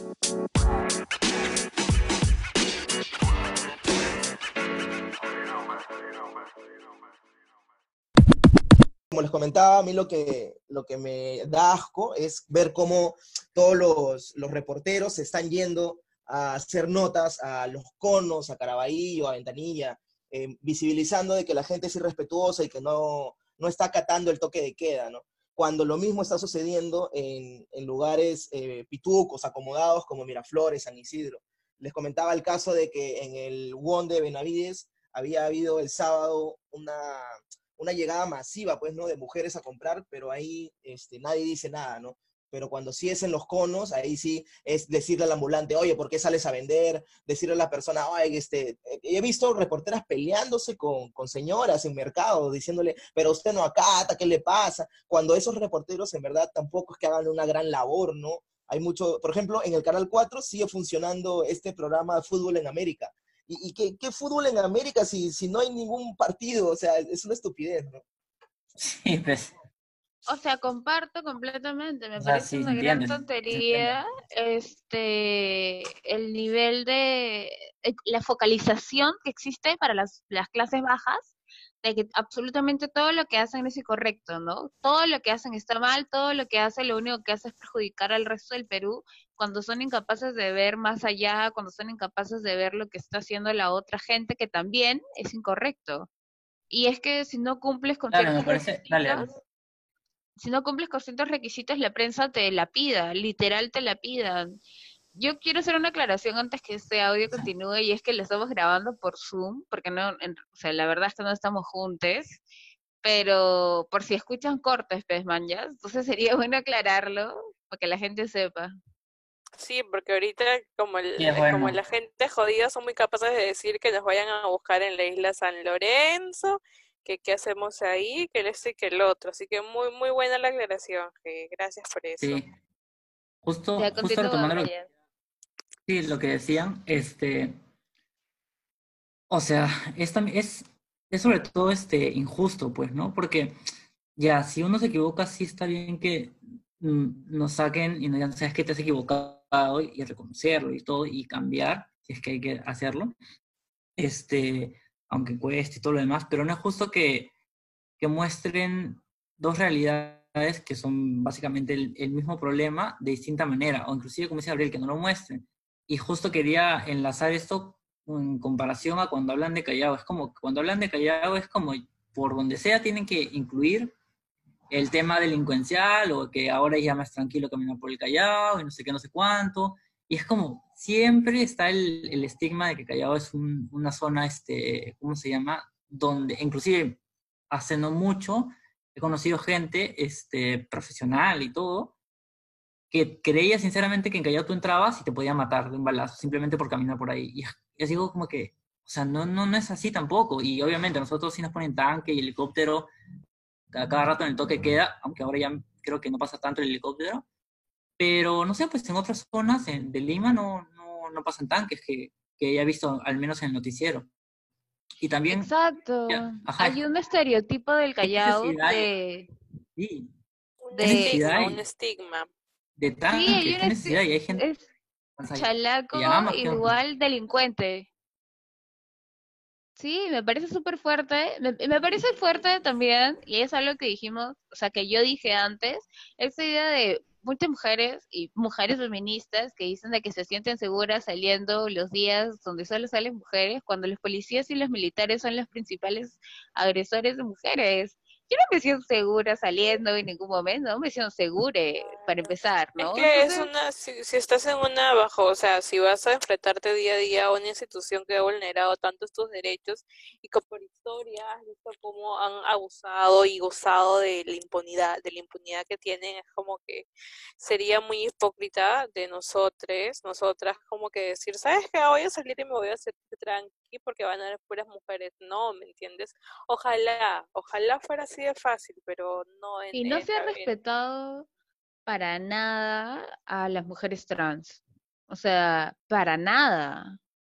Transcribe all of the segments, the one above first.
Como les comentaba, a mí lo que me da asco es ver cómo todos los reporteros se están yendo a hacer notas a Los Conos, a Caraballo, a Ventanilla, visibilizando de que la gente es irrespetuosa y que no está acatando el toque de queda, ¿no? Cuando lo mismo está sucediendo en lugares pitucos, acomodados, como Miraflores, San Isidro. Les comentaba el caso de que en el WON de Benavides había habido el sábado una llegada masiva, pues, ¿no? De mujeres a comprar, pero ahí nadie dice nada, ¿no? Pero cuando sí es en Los Conos, ahí sí es decirle al ambulante, oye, ¿por qué sales a vender? Decirle a la persona, oye, he visto reporteras peleándose con señoras en mercado, diciéndole, pero usted no acata, ¿qué le pasa? Cuando esos reporteros en verdad tampoco es que hagan una gran labor, ¿no? Hay mucho, por ejemplo, en el Canal 4 sigue funcionando este programa de Fútbol en América, ¿y qué fútbol en América si no hay ningún partido? O sea, es una estupidez, ¿no? Sí, pues, O sea, comparto completamente, me o sea, parece sí, se una gran entiende, sí se entiende. tontería, el nivel de, la focalización que existe para las clases bajas, de que absolutamente todo lo que hacen es incorrecto, ¿no? Todo lo que hacen está mal, todo lo que hacen lo único que hace es perjudicar al resto del Perú, cuando son incapaces de ver más allá, cuando son incapaces de ver lo que está haciendo la otra gente, que también es incorrecto. Y es que si no cumples con Claro, me ciertos parece, dale, requisitos, dale. si no cumples con ciertos requisitos, la prensa te la pida, literal te la pidan. Yo quiero hacer una aclaración antes que este audio continúe, y es que lo estamos grabando por Zoom, porque no, o sea, la verdad es que no estamos juntos, pero por si escuchan cortes, pues, man, ya, entonces sería bueno aclararlo para que la gente sepa. Sí, porque ahorita Sí, es como bueno. la gente jodida son muy capaces de decir que nos vayan a buscar en la isla San Lorenzo, que qué hacemos ahí, que el este y que el otro. Así que muy, muy buena la aclaración, que gracias por eso. Sí, justo, Ya justo continúa, retomando Brian. sí, lo que decían, o sea, es sobre todo injusto, pues, ¿no? Porque ya, si uno se equivoca, sí está bien que nos saquen y nos digan, sabes que te has equivocado y reconocerlo y todo y cambiar, si es que hay que hacerlo, este, aunque cueste y todo lo demás, pero no es justo que muestren dos realidades que son básicamente el mismo problema de distinta manera, o inclusive, como dice Gabriel, que no lo muestren. Y justo quería enlazar esto en comparación a cuando hablan de Callao. Es como, cuando hablan de Callao es como, por donde sea tienen que incluir el tema delincuencial, o que ahora ya más tranquilo caminar por el Callao, y no sé qué, no sé cuánto. Y es como, siempre está el estigma de que Callao es una zona, ¿cómo se llama? Donde, inclusive, hace no mucho, he conocido gente, profesional y todo, que creía sinceramente que en Callao tú entrabas y te podían matar de un balazo, simplemente por caminar por ahí. Y yo digo como que, o sea, no es así tampoco. Y obviamente nosotros sí nos ponen tanque y helicóptero cada rato en el toque queda, aunque ahora ya creo que no pasa tanto el helicóptero, pero no sé, pues en otras zonas de Lima no pasan tanques que ya he visto, al menos en el noticiero. Y también, Exacto. ajá, Hay un estereotipo del ¿qué Callao necesidad hay? de, Sí, Un ¿qué de, necesidad estigma, un hay estigma. de sí, hay tanques? un ¿Qué necesidad hay? Hay gente es que chalaco llamas, ¿qué onda? igual delincuente. Sí, me parece súper fuerte. Me parece fuerte también, y es algo que dijimos, o sea, que yo dije antes, esa idea de muchas mujeres y mujeres feministas que dicen de que se sienten seguras saliendo los días donde solo salen mujeres, cuando los policías y los militares son los principales agresores de mujeres. Yo no me siento segura saliendo en ningún momento, no me siento segura para empezar, Es ¿no? que es Entonces, una, si estás en una bajo, o sea, si vas a enfrentarte día a día a una institución que ha vulnerado tantos tus derechos y que por historia has visto cómo han abusado y gozado de la impunidad que tienen, es como que sería muy hipócrita de nosotras, como que decir, ¿sabes qué? Voy a salir y me voy a hacer tranqui porque van a haber puras mujeres. No, ¿me entiendes? Ojalá fuera así de fácil, pero no y no se ha respetado para nada a las mujeres trans. O sea, para nada.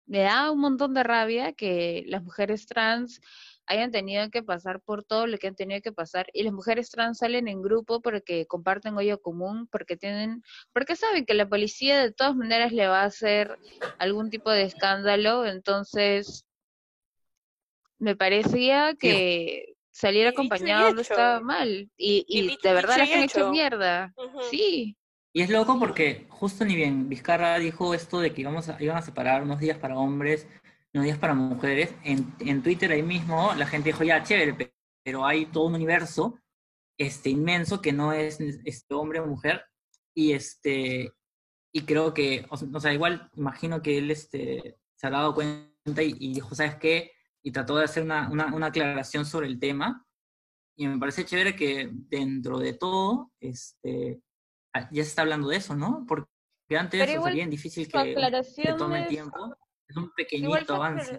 me da un montón de rabia que las mujeres trans hayan tenido que pasar por todo lo que han tenido que pasar y las mujeres trans salen en grupo porque comparten hoyo común, porque saben que la policía de todas maneras le va a hacer algún tipo de escándalo, entonces me parecía Sí, que salir Y dicho y acompañado no estaba hecho. mal Y y de verdad dicho las y han hecho hecho. mierda. Ujú. Sí, y es loco porque justo ni bien Vizcarra dijo esto de que iban a separar unos días para hombres, unos días para mujeres. En Twitter ahí mismo la gente dijo, ya, chévere, pero hay todo un universo inmenso que no es hombre o mujer. Y, y creo que, o sea, igual imagino que él se ha dado cuenta y dijo, ¿sabes qué? Y trató de hacer una aclaración sobre el tema. Y me parece chévere que dentro de todo, ya se está hablando de eso, ¿no? Porque pero antes, o sea, igual bien difícil su que se aclaración tome el es, tiempo, es un igual pequeñito su avance.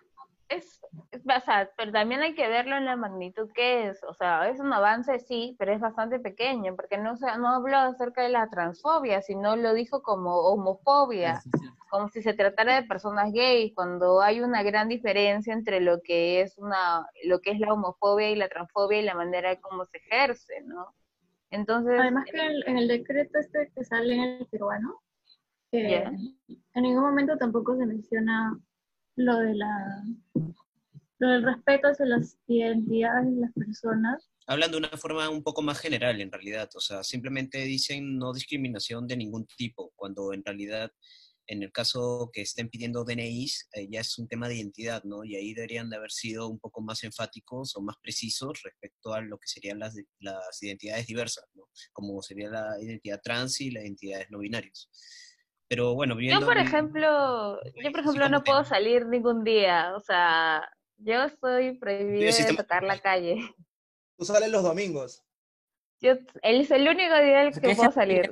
o sea, pero también hay que verlo en la magnitud que es, o sea, es un avance sí, pero es bastante pequeño, porque no habló acerca de la transfobia, sino lo dijo como homofobia, Eso es cierto. como si se tratara de personas gays, cuando hay una gran diferencia entre lo que es la homofobia y la transfobia y la manera como se ejerce, ¿no? Entonces, Además que en el decreto este que sale en el peruano, ya. en ningún momento tampoco se menciona lo de lo del respeto hacia las identidades de las personas. Hablan de una forma un poco más general, en realidad. O sea, simplemente dicen no discriminación de ningún tipo, cuando en realidad, en el caso que estén pidiendo DNIs, ya es un tema de identidad, ¿no? Y ahí deberían de haber sido un poco más enfáticos o más precisos respecto a lo que serían las identidades diversas, ¿no? Como sería la identidad trans y las identidades no binarias. Pero bueno, Yo por así ejemplo como no puedo tema. salir ningún día, o sea, yo estoy Yo prohibida sí de tomo- tocar la calle. Tú sales los domingos. Él es el único día en O el sea, que que puedo salir,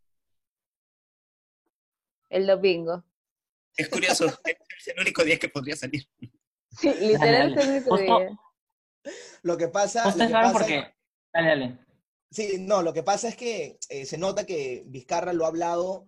el domingo. Es curioso, es el único día que podría salir. Sí, dale, literal es dale. el único Justo, día. Lo ustedes que saben pasa es, porque, dale, dale. sí, no, lo que pasa es que se nota que Vizcarra lo ha hablado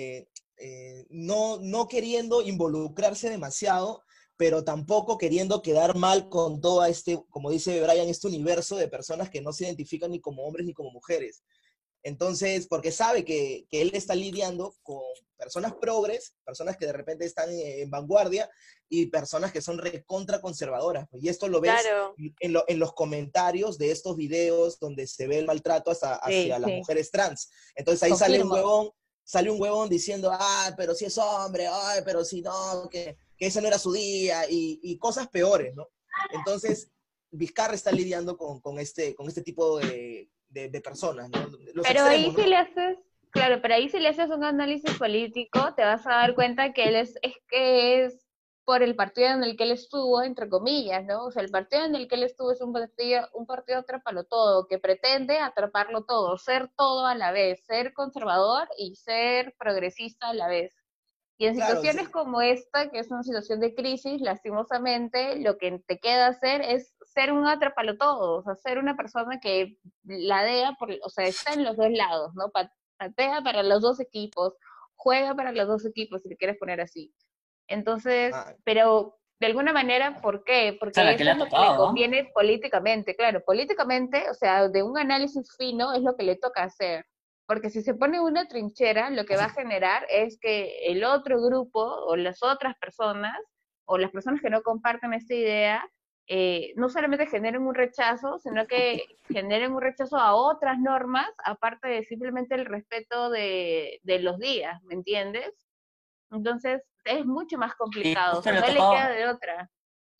no queriendo involucrarse demasiado, pero tampoco queriendo quedar mal con todo como dice Brian, este universo de personas que no se identifican ni como hombres ni como mujeres. Entonces, porque sabe que él está lidiando con personas progres, personas que de repente están en vanguardia y personas que son recontra conservadoras. Y esto lo ves Claro. en los comentarios de estos videos donde se ve el maltrato Sí, hacia las sí, mujeres trans. Entonces ahí confirmo. sale un huevón diciendo, ah, pero si es hombre, ay, pero si no, que ese no era su día, y cosas peores, ¿no? Entonces, Vizcarra está lidiando con este tipo de personas, ¿no? Los Pero ahí extremos, si ¿no? le haces, claro, pero ahí si le haces un análisis político, te vas a dar cuenta que es que es por el partido en el que él estuvo, entre comillas, ¿no? O sea, el partido en el que él estuvo es un partido atrápalo todo, que pretende atraparlo todo, ser todo a la vez, ser conservador y ser progresista a la vez. Y en Claro, situaciones como esta, que es una situación de crisis, lastimosamente, lo que te queda hacer es ser un atrapalotodo, o sea, ser una persona que ladea, o sea, está en los dos lados, ¿no? Patea para los dos equipos, juega para los dos equipos, si le quieres poner así. Entonces, ah, pero de alguna manera, ¿por qué? O sea, Porque la que eso le es ha lo que le tocado, ¿no? conviene políticamente, claro, políticamente, o sea, de un análisis fino es lo que le toca hacer. Porque si se pone una trinchera, lo que O va sea, a generar es que el otro grupo o las otras personas o las personas que no comparten esta idea, no solamente generen un rechazo, sino que generen un rechazo a otras normas, aparte de simplemente el respeto de los días, ¿me entiendes? Entonces es mucho más y complicado, o sea, no le queda de otra.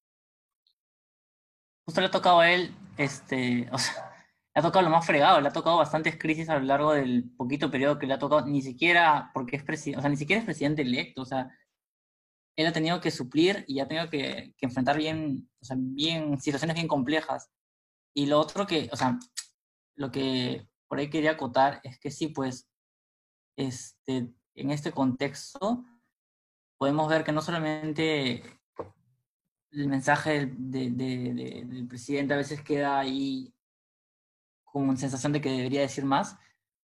justo le ha tocado a él, o sea, le ha tocado lo más fregado, le ha tocado bastantes crisis a lo largo del poquito periodo que le ha tocado, ni siquiera porque es presidente, o sea, ni siquiera es presidente electo, o sea, él ha tenido que suplir y ha tenido que enfrentar bien, o sea, bien, situaciones bien complejas. Y lo otro que, o sea, lo que por ahí quería acotar es que sí, pues, en este contexto podemos ver que no solamente el mensaje del presidente a veces queda ahí con sensación de que debería decir más,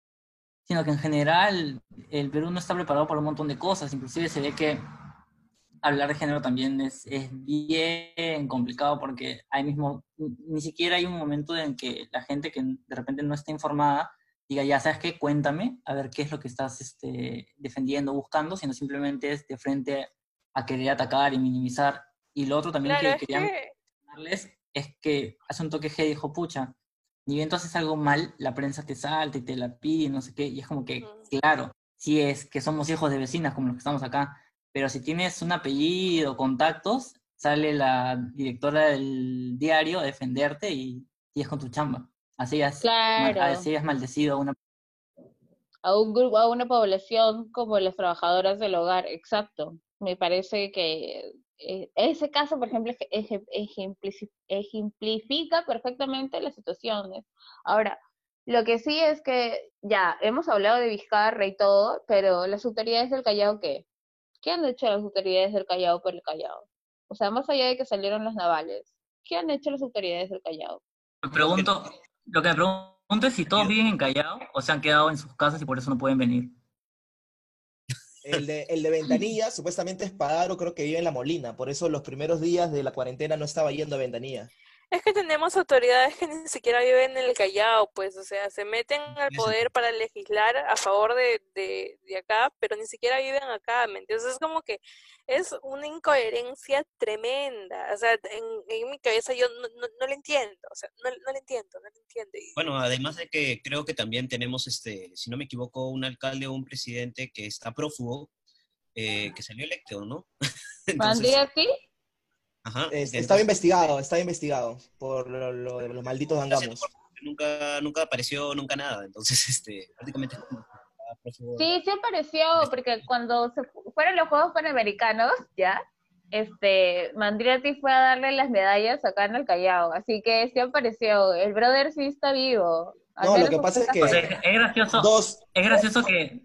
sino que en general el Perú no está preparado para un montón de cosas. Inclusive se ve que hablar de género también es bien complicado porque ahí mismo ni siquiera hay un momento en que la gente que de repente no está informada diga, ya sabes qué, cuéntame, a ver qué es lo que estás defendiendo, buscando, sino simplemente es de frente a querer atacar y minimizar. Y lo otro también Claro, que es quería que mencionarles es que hace un toque G dijo, pucha, ni bien tú haces algo mal, la prensa te salta y te la pide y no sé qué, y es como que, mm, claro, si es que somos hijos de vecinas como los que estamos acá, pero si tienes un apellido, contactos, sale la directora del diario a defenderte y es con tu chamba. Claro, Así has maldecido a una... a un grupo, a una población como las trabajadoras del hogar, exacto. Me parece que ese caso, por ejemplo, ejemplifica perfectamente las situaciones. Ahora, lo que sí es que ya hemos hablado de Vizcarra y todo, pero las autoridades del Callao, ¿qué? ¿Qué han hecho las autoridades del Callao por el Callao? O sea, más allá de que salieron los navales, ¿qué han hecho las autoridades del Callao? Me Creo que pregunto, lo que me pregunto es si todos ayuda. viven en Callao o se han quedado en sus casas y por eso no pueden venir. El de Ventanilla supuestamente es Padaro, creo que vive en La Molina, por eso los primeros días de la cuarentena no estaba yendo a Ventanilla. es que tenemos autoridades que ni siquiera viven en el Callao, pues, o sea, se meten al Tiene sentido. poder para legislar a favor de acá, pero ni siquiera viven acá, ¿me entiendes? Es como que es una incoherencia tremenda, o sea, en mi cabeza yo no lo entiendo, o sea, no lo entiendo, no lo entiendo. Bueno, además de que creo que también tenemos, si no me equivoco, un alcalde o un presidente que está prófugo, que salió electo, ¿no? Entonces, ¿Mandría sí? ajá, entonces, Estaba investigado por lo de los malditos está haciendo dangamos. nunca apareció, nunca nada. Entonces, prácticamente es como que está prófugo Sí, sí apareció, de este porque país. cuando fueron los Juegos Panamericanos, ¿ya? Mandriati fue a darle las medallas acá en el Callao, así que sí apareció. El brother sí está vivo, al No, lo menos que fue pasa es O sea, que dos, es gracioso que,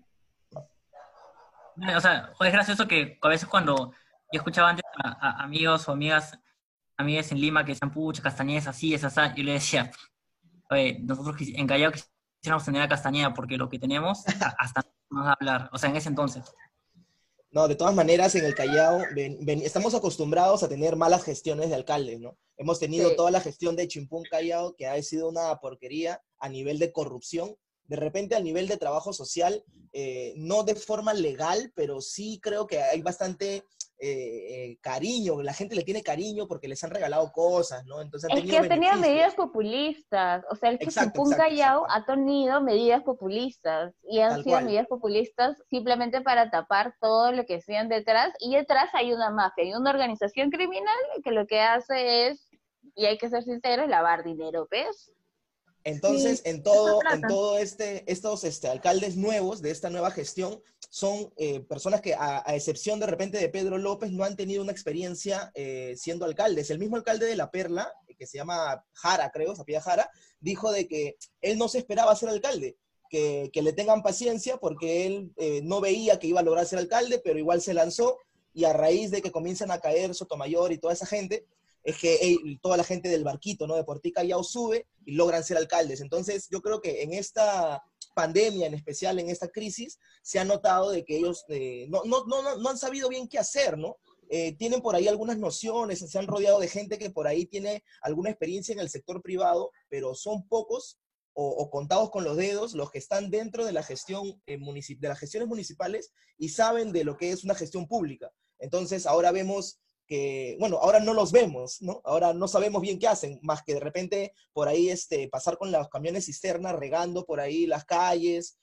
o sea, es gracioso que a veces cuando yo escuchaba antes a amigos o amigas en Lima que decían, pucha, Castañeda es así, es así, yo le decía, oye, nosotros en Callao quisiéramos tener a Castañeda porque lo que tenemos hasta no nos da a hablar, o sea, en ese entonces. no, de todas maneras, en el Callao estamos acostumbrados a tener malas gestiones de alcaldes, ¿no? Hemos tenido sí. toda la gestión de Chimpún Callao, que ha sido una porquería a nivel de corrupción. De repente, a nivel de trabajo social, no de forma legal, pero sí creo que hay bastante cariño. La gente le tiene cariño porque les han regalado cosas, ¿no? Entonces han Es que tenido ha tenido medidas beneficios. populistas, o sea, el Exacto, Chimpún exacto, Callao exacto. ha tenido medidas populistas y han Tal sido cual. medidas populistas simplemente para tapar todo lo que hacían detrás y detrás hay una mafia, hay una organización criminal que lo que hace es, y hay que ser sinceros, lavar dinero, ¿ves? Sí, Entonces, esa en plata. todo estos alcaldes nuevos de esta nueva gestión son personas que, a excepción de repente de Pedro López, no han tenido una experiencia siendo alcaldes. El mismo alcalde de La Perla, que se llama Jara, creo, se apellida Jara, dijo de que él no se esperaba ser alcalde, que le tengan paciencia porque él no veía que iba a lograr ser alcalde, pero igual se lanzó y a raíz de que comienzan a caer Sotomayor y toda esa gente, es que toda la gente del barquito, ¿no? De Portí Callao sube y logran ser alcaldes. Entonces, yo creo que en esta pandemia, en especial en esta crisis, se ha notado de que ellos no han sabido bien qué hacer, ¿no? Tienen por ahí algunas nociones, se han rodeado de gente que por ahí tiene alguna experiencia en el sector privado, pero son pocos o contados con los dedos los que están dentro de la gestión de las gestiones municipales y saben de lo que es una gestión pública. Entonces, ahora vemos que, bueno, ahora no los vemos, ¿no? Ahora no sabemos bien qué hacen, más que de repente por ahí pasar con los camiones cisterna regando por ahí las calles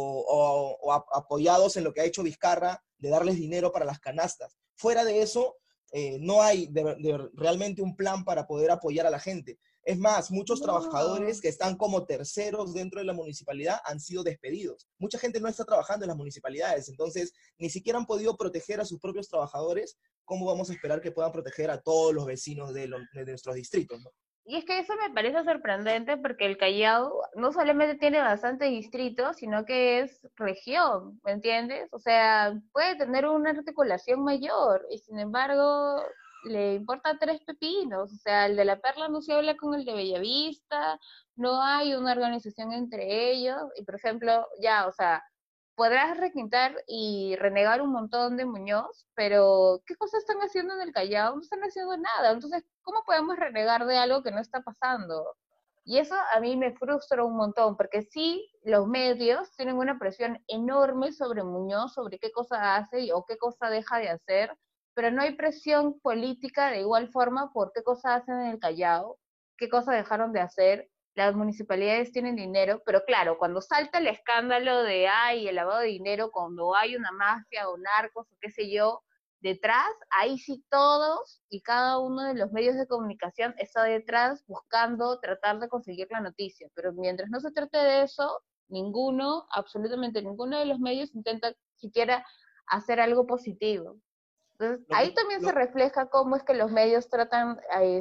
apoyados en lo que ha hecho Vizcarra de darles dinero para las canastas. Fuera de eso, no hay realmente un plan para poder apoyar a la gente. Es más, muchos trabajadores No. que están como terceros dentro de la municipalidad han sido despedidos. Mucha gente no está trabajando en las municipalidades, entonces ni siquiera han podido proteger a sus propios trabajadores. ¿Cómo vamos a esperar que puedan proteger a todos los vecinos de nuestros distritos, ¿no? Y es que eso me parece sorprendente porque el Callao no solamente tiene bastantes distritos, sino que es región, ¿me entiendes? O sea, puede tener una articulación mayor y sin embargo le importa tres pepinos. O sea, el de La Perla no se habla con el de Bellavista, no hay una organización entre ellos y por ejemplo, ya, o sea, podrás requintar y renegar un montón de Muñoz, pero ¿qué cosas están haciendo en el Callao? No están haciendo nada. Entonces, ¿cómo podemos renegar de algo que no está pasando? Y eso a mí me frustra un montón, porque sí, los medios tienen una presión enorme sobre Muñoz, sobre qué cosa hace o qué cosa deja de hacer, pero no hay presión política de igual forma por qué cosa hacen en el Callao, qué cosa dejaron de hacer. Las municipalidades tienen dinero, pero claro, cuando salta el escándalo de, ay, el lavado de dinero, cuando hay una mafia o narcos o qué sé yo, detrás, ahí sí todos y cada uno de los medios de comunicación está detrás buscando tratar de conseguir la noticia, pero mientras no se trate de eso, ninguno, absolutamente ninguno de los medios intenta siquiera hacer algo positivo. Entonces, Lo ahí que, también se lo, refleja cómo es que los medios tratan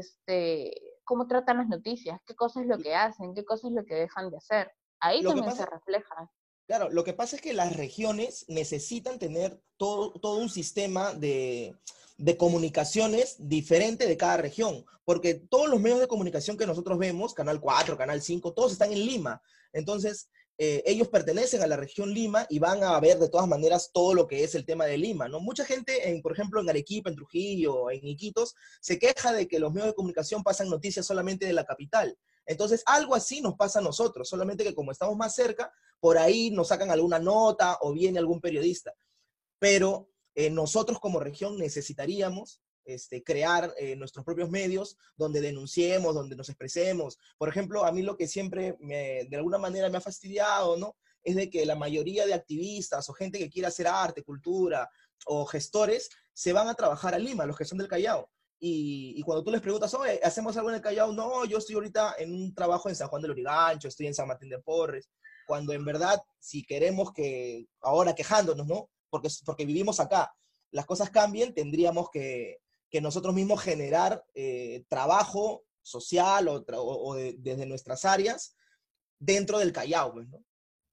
cómo tratan las noticias, qué cosa es lo que hacen, qué cosa es lo que dejan de hacer. Ahí lo que también se pasa, refleja. Claro, lo que pasa es que las regiones necesitan tener todo un sistema de comunicaciones diferente de cada región, porque todos los medios de comunicación que nosotros vemos, Canal 4, Canal 5, todos están en Lima. Entonces, ellos pertenecen a la región Lima y van a ver de todas maneras todo lo que es el tema de Lima, ¿no? Mucha gente, por ejemplo, en Arequipa, en Trujillo, en Iquitos, se queja de que los medios de comunicación pasan noticias solamente de la capital. Entonces, algo así nos pasa a nosotros, solamente que como estamos más cerca, por ahí nos sacan alguna nota o viene algún periodista. Pero nosotros como región necesitaríamos crear nuestros propios medios donde denunciemos, donde nos expresemos. Por ejemplo, a mí lo que siempre de alguna manera me ha fastidiado, ¿no? Es de que la mayoría de activistas o gente que quiere hacer arte, cultura o gestores se van a trabajar a Lima, los que son del Callao. Y cuando tú les preguntas, oye, ¿hacemos algo en el Callao? No, yo estoy ahorita en un trabajo en San Juan del Lurigancho, estoy en San Martín de Porres, cuando en verdad, si queremos que, ahora quejándonos, ¿no? Porque vivimos acá, las cosas cambien, tendríamos que nosotros mismos generar trabajo social desde nuestras áreas dentro del Callao, pues, ¿no?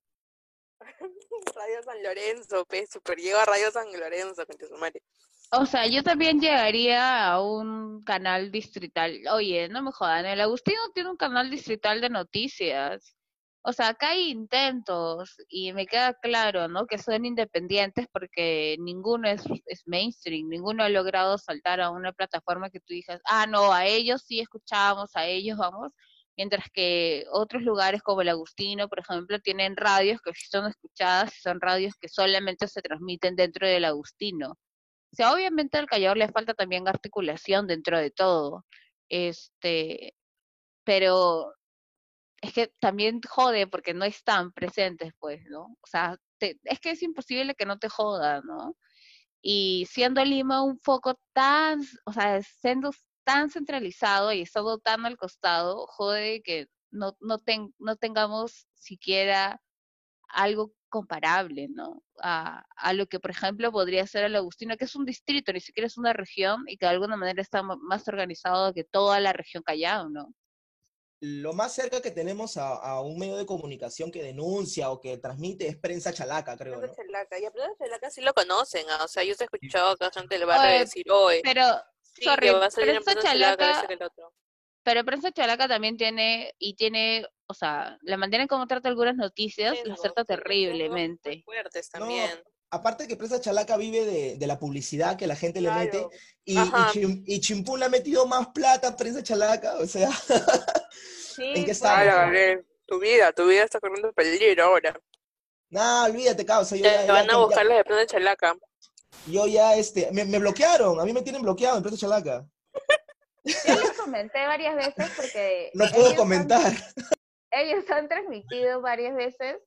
Radio San Lorenzo, super llega a Radio San Lorenzo, con tu madre. O sea, yo también llegaría a un canal distrital. Oye, no me jodan, el Agustino tiene un canal distrital de noticias. O sea, acá hay intentos y me queda claro, ¿no? Que son independientes porque ninguno es mainstream, ninguno ha logrado saltar a una plataforma que tú digas, ah, no, a ellos sí escuchamos, a ellos vamos, mientras que otros lugares como el Agustino, por ejemplo, tienen radios que sí son escuchadas y son radios que solamente se transmiten dentro del Agustino. O sea, obviamente al Callao le falta también articulación dentro de todo. Este, pero es que también jode porque no están presentes, pues, ¿no? O sea, es que es imposible que no te joda, ¿no? Y siendo Lima un foco tan, o sea, siendo tan centralizado y estando tan al costado, jode que no tengamos siquiera algo comparable, ¿no? A lo que, por ejemplo, podría ser el Agustino, que es un distrito, ni siquiera es una región, y que de alguna manera está más organizado que toda la región Callao, ¿no? Lo más cerca que tenemos a un medio de comunicación que denuncia o que transmite es Prensa Chalaca, creo, Prensa ¿no? Chalaca, y a Prensa Chalaca sí lo conocen, o sea, yo he escuchado acá gente del barrio Oye, decir, oye, pero, sí, que sorry, va a salir en Prensa Prensa Chalaca, Chalaca, ese que el otro. pero Prensa Chalaca también tiene, o sea, la manera en cómo trata algunas noticias las Sesgos, trata tiene sesgos muy terriblemente. fuertes No, también. aparte que Prensa Chalaca vive de la publicidad que la gente le mete, Claro. y Ajá. Chimpún le ha metido más plata a Prensa Chalaca, o sea, ¿en Sí, qué pues, estamos? Claro, ¿no? Gabriel, tu vida está corriendo peligro ahora. No, olvídate, causa, Te van a buscar las de Prensa Chalaca. yo ya, me bloquearon, a mí me tienen bloqueado en Prensa Chalaca. Yo les comenté varias veces porque No puedo comentar. ellos han transmitido varias veces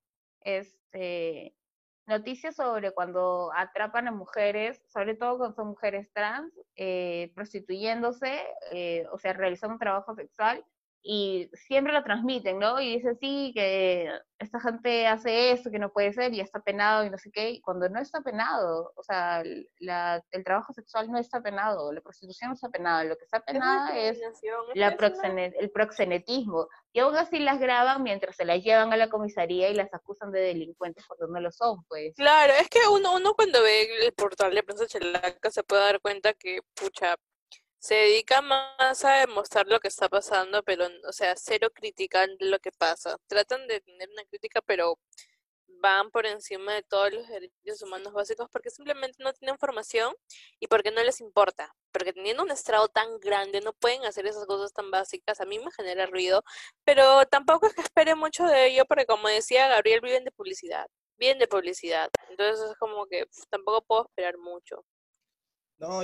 noticias sobre cuando atrapan a mujeres, sobre todo cuando son mujeres trans, prostituyéndose, o sea, realizando trabajo sexual, y siempre lo transmiten, ¿no? Y dicen, sí, que esta gente hace esto, que no puede ser, y está penado, y no sé qué, y cuando no está penado, o sea, el trabajo sexual no está penado, la prostitución no está penada, lo que está Es penada es discriminación, es que es una... el proxenetismo, y aún así las graban mientras se las llevan a la comisaría y las acusan de delincuentes cuando no lo son, pues. Claro, es que uno cuando ve el portal de Prensa Chalaca se puede dar cuenta que, pucha, se dedica más a demostrar lo que está pasando, pero, o sea, cero critican lo que pasa. Tratan de tener una crítica, pero van por encima de todos los derechos humanos básicos porque simplemente no tienen formación y porque no les importa. Porque teniendo un estrado tan grande no pueden hacer esas cosas tan básicas. A mí me genera ruido, pero tampoco es que espere mucho de ello porque como decía Gabriel, viven de publicidad. Viven de publicidad. Entonces es como que tampoco puedo esperar mucho. ¿No?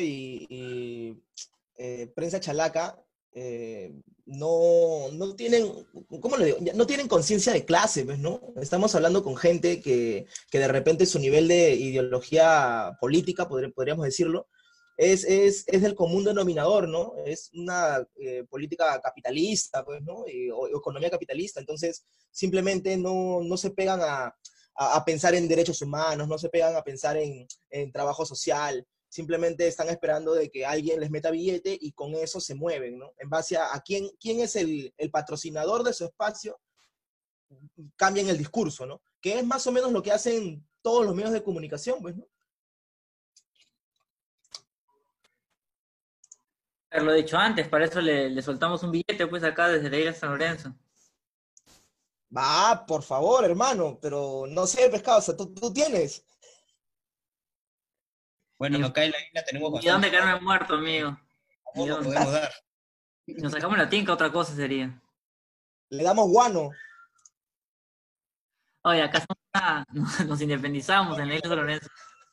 Prensa chalaca, no tienen, ¿cómo lo digo? No tienen conciencia de clase, pues, ¿no? Estamos hablando con gente que de repente su nivel de ideología política, podríamos decirlo, es del común denominador, ¿no? Es una política capitalista, pues, ¿no? O economía capitalista. Entonces, simplemente no se pegan a pensar en derechos humanos, no se pegan a pensar en trabajo social. Simplemente están esperando de que alguien les meta billete y con eso se mueven, ¿no? En base a quién es el patrocinador de su espacio, cambian el discurso, ¿no? Que es más o menos lo que hacen todos los medios de comunicación, pues, ¿no? Lo he dicho antes, para eso le soltamos un billete pues acá desde la isla de San Lorenzo. Va, por favor, hermano, pero no sé, pescado, o sea, tú tienes. Bueno, acá en la isla tenemos ¿Y dónde bastante. quedarme muerto, amigo? Tampoco lo podemos dar. Si nos sacamos la tinca, otra cosa sería. Le damos guano. Oye, acá nos independizamos en la isla de San Lorenzo.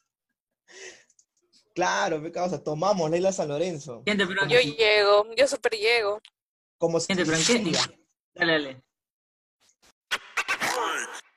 Claro, pescado, o sea, tomamos la isla de San Lorenzo. Gente, pero Yo super llego. Como gente, pero ¿en qué? Sicilia. Dale, dale.